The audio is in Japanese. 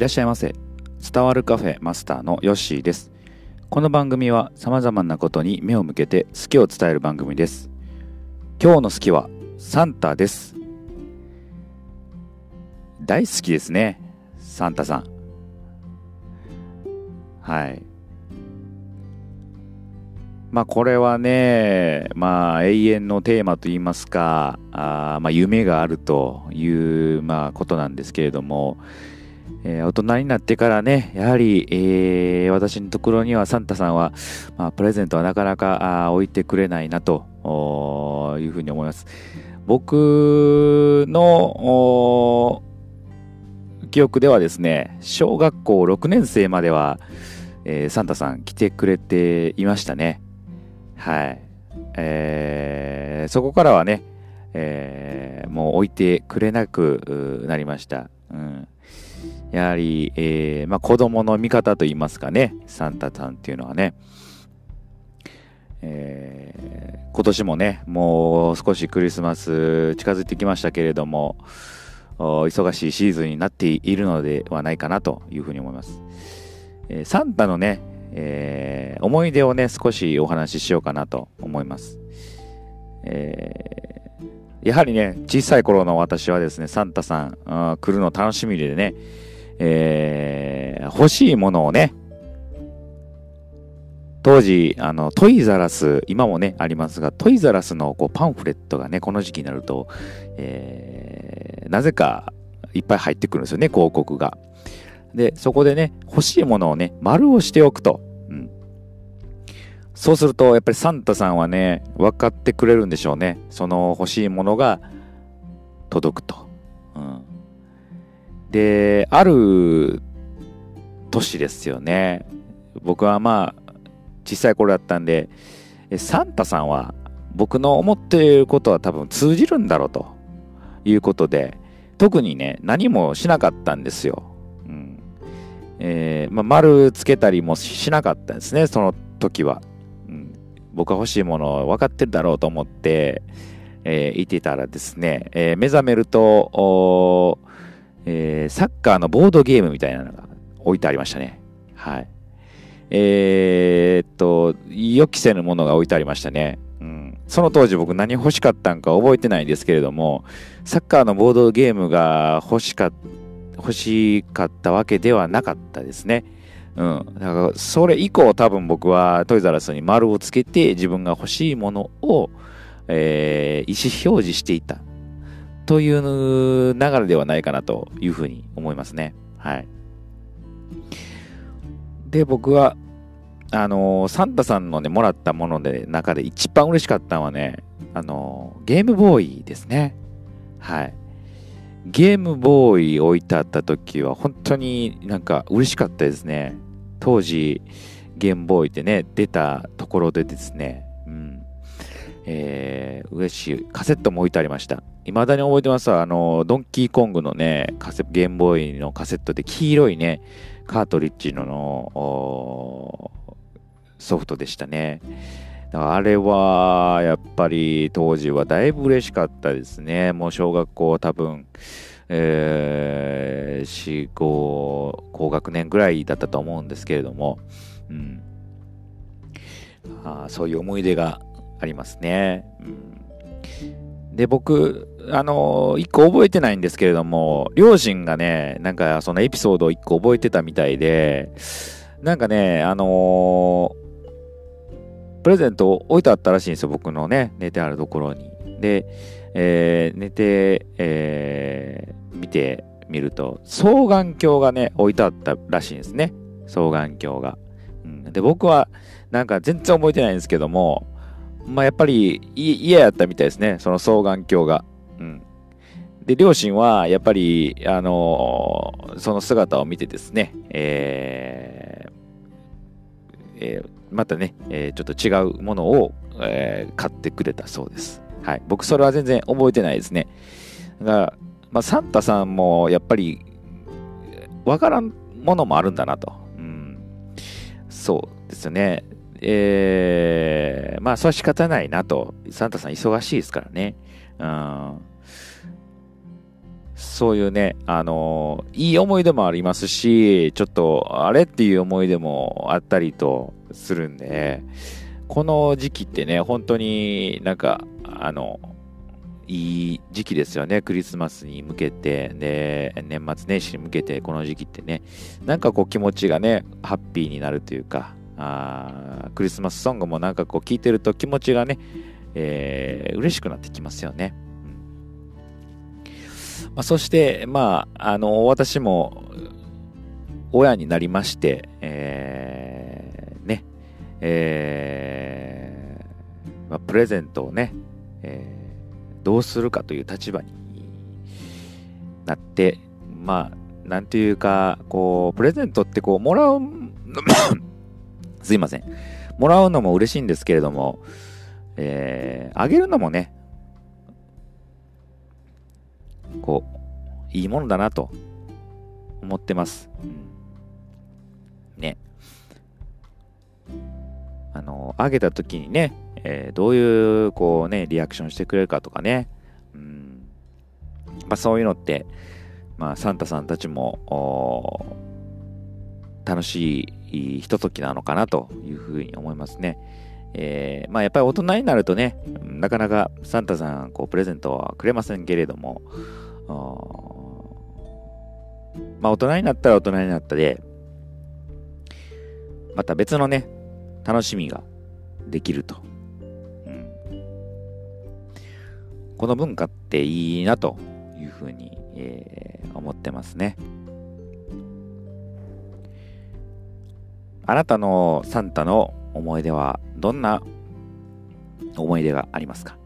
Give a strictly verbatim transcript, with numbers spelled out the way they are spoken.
らっしゃいませ。伝わるカフェマスターのヨッシーです。この番組は様々なことに目を向けて好きを伝える番組です。今日の好きはサンタです。大好きですね、サンタさん。はい。まあこれはね、まあ永遠のテーマといいますか、あまあ夢があるというまあことなんですけれども、えー大人になってからね、やはり、えー私のところにはサンタさんは、まあ、プレゼントはなかなかあー置いてくれないなとおーいうふうに思います。僕のおー記憶ではですね、小学校ろくねん生までは、えーサンタさん来てくれていましたね。はい。えーそこからはね、えーもう置いてくれなくうなりました。うん。やはり、えーまあ、子供の味方といいますかね、サンタさんっていうのはね、えー今年もね、もう少しクリスマス近づいてきましたけれども、お忙しいシーズンになっているのではないかなというふうに思います。えーサンタのね、えー思い出をね、少しお話ししようかなと思います。えーやはりね、小さい頃の私はですね、サンタさんあー来るの楽しみでね、えー欲しいものをね、当時、あの、トイザラス、今もね、ありますが、トイザラスのこうパンフレットがね、この時期になると、えーなぜかいっぱい入ってくるんですよね、広告が。で、そこでね、欲しいものをね、丸をしておくと。うん。そうすると、やっぱりサンタさんはね、分かってくれるんでしょうね。その欲しいものが届くと。うん。で、ある年ですよね。僕はまあ、小さい頃だったんで、えサンタさんは僕の思っていることは多分通じるんだろうということで、特にね、何もしなかったんですよ。うんえーまあ、丸つけたりもしなかったんですね、その時は。うん、僕が欲しいものを分かってるだろうと思って、えーいてたらですね、えー目覚めると、おーえーサッカーのボードゲームみたいなのが置いてありましたね。はい。えーっと、予期せぬものが置いてありましたね。うん、その当時僕何欲しかったんか覚えてないんですけれども、サッカーのボードゲームが欲しか、欲しかったわけではなかったですね。うん。だから、それ以降多分僕はトイザらスに丸をつけて自分が欲しいものを、えー意思表示していたという流れではないかなというふうに思いますね。はい。で、僕は、あのーサンタさんのね、もらったもので、中で一番嬉しかったのはね、あのーゲームボーイですね。はい。ゲームボーイ置いてあった時は、本当になんか嬉しかったですね。当時、ゲームボーイってね、出たところでですね、うん。えー、嬉しい。カセットも置いてありました。未だに覚えてますわ。あの、ドンキーコングのね、カセゲームボーイのカセットで黄色いね、カートリッジののソフトでしたね。だからあれは、やっぱり当時はだいぶ嬉しかったですね。もう小学校多分、えー、よん、ご、高学年ぐらいだったと思うんですけれども、うん、あーそういう思い出がありますね。うん、で、僕、あのー一個覚えてないんですけれども、両親がね、なんかそのエピソードを一個覚えてたみたいで、なんかね、あのープレゼント置いてあったらしいんですよ、僕のね、寝てあるところに。で、えー寝て、えー見てみると、双眼鏡がね、置いてあったらしいんですね。双眼鏡が。うん、で、僕は、なんか全然覚えてないんですけども、まあ、やっぱりい嫌やったみたいですね、その双眼鏡が。うん。で、両親は、やっぱり、あのーその姿を見てですね、えーえーまたね、えーちょっと違うものを、えー買ってくれたそうです。はい。僕、それは全然覚えてないですね。だから、まあ、サンタさんも、やっぱり、わからんものもあるんだなと。うん。そうですね。えー、まあ、それは仕方ないなと。サンタさん忙しいですからね。うん。 そういうね、あのーいい思い出もありますし、ちょっとあれっていう思い出もあったりとするんで、この時期ってね、本当になんか、あの、いい時期ですよね。クリスマスに向けて、で、年末年始に向けて、この時期ってね、なんかこう気持ちがね、ハッピーになるというか、あークリスマスソングもなんかこう聴いてると気持ちがね、えー嬉しくなってきますよね。まあ、そして、まあ、あの、私も親になりまして、えーね、えーまあ、プレゼントをね、えーどうするかという立場になって、まあ、なんていうか、こう、プレゼントってこう、もらう、すいません。もらうのも嬉しいんですけれども、えーあげるのもね、こう、いいものだなと思ってます。うんね。あの、あげた時にね、えーどういう、こうね、リアクションしてくれるかとかね。うん。まあそういうのって、まあサンタさんたちも、お楽しいひとときなのかなというふうに思いますね。えーまあやっぱり大人になるとね、なかなかサンタさん、こう、プレゼントはくれませんけれども、おまあ大人になったら大人になったで、また別のね、楽しみができると。うん、この文化っていいなというふうに、えー思ってますね。あなたのサンタの思い出はどんな思い出がありますか？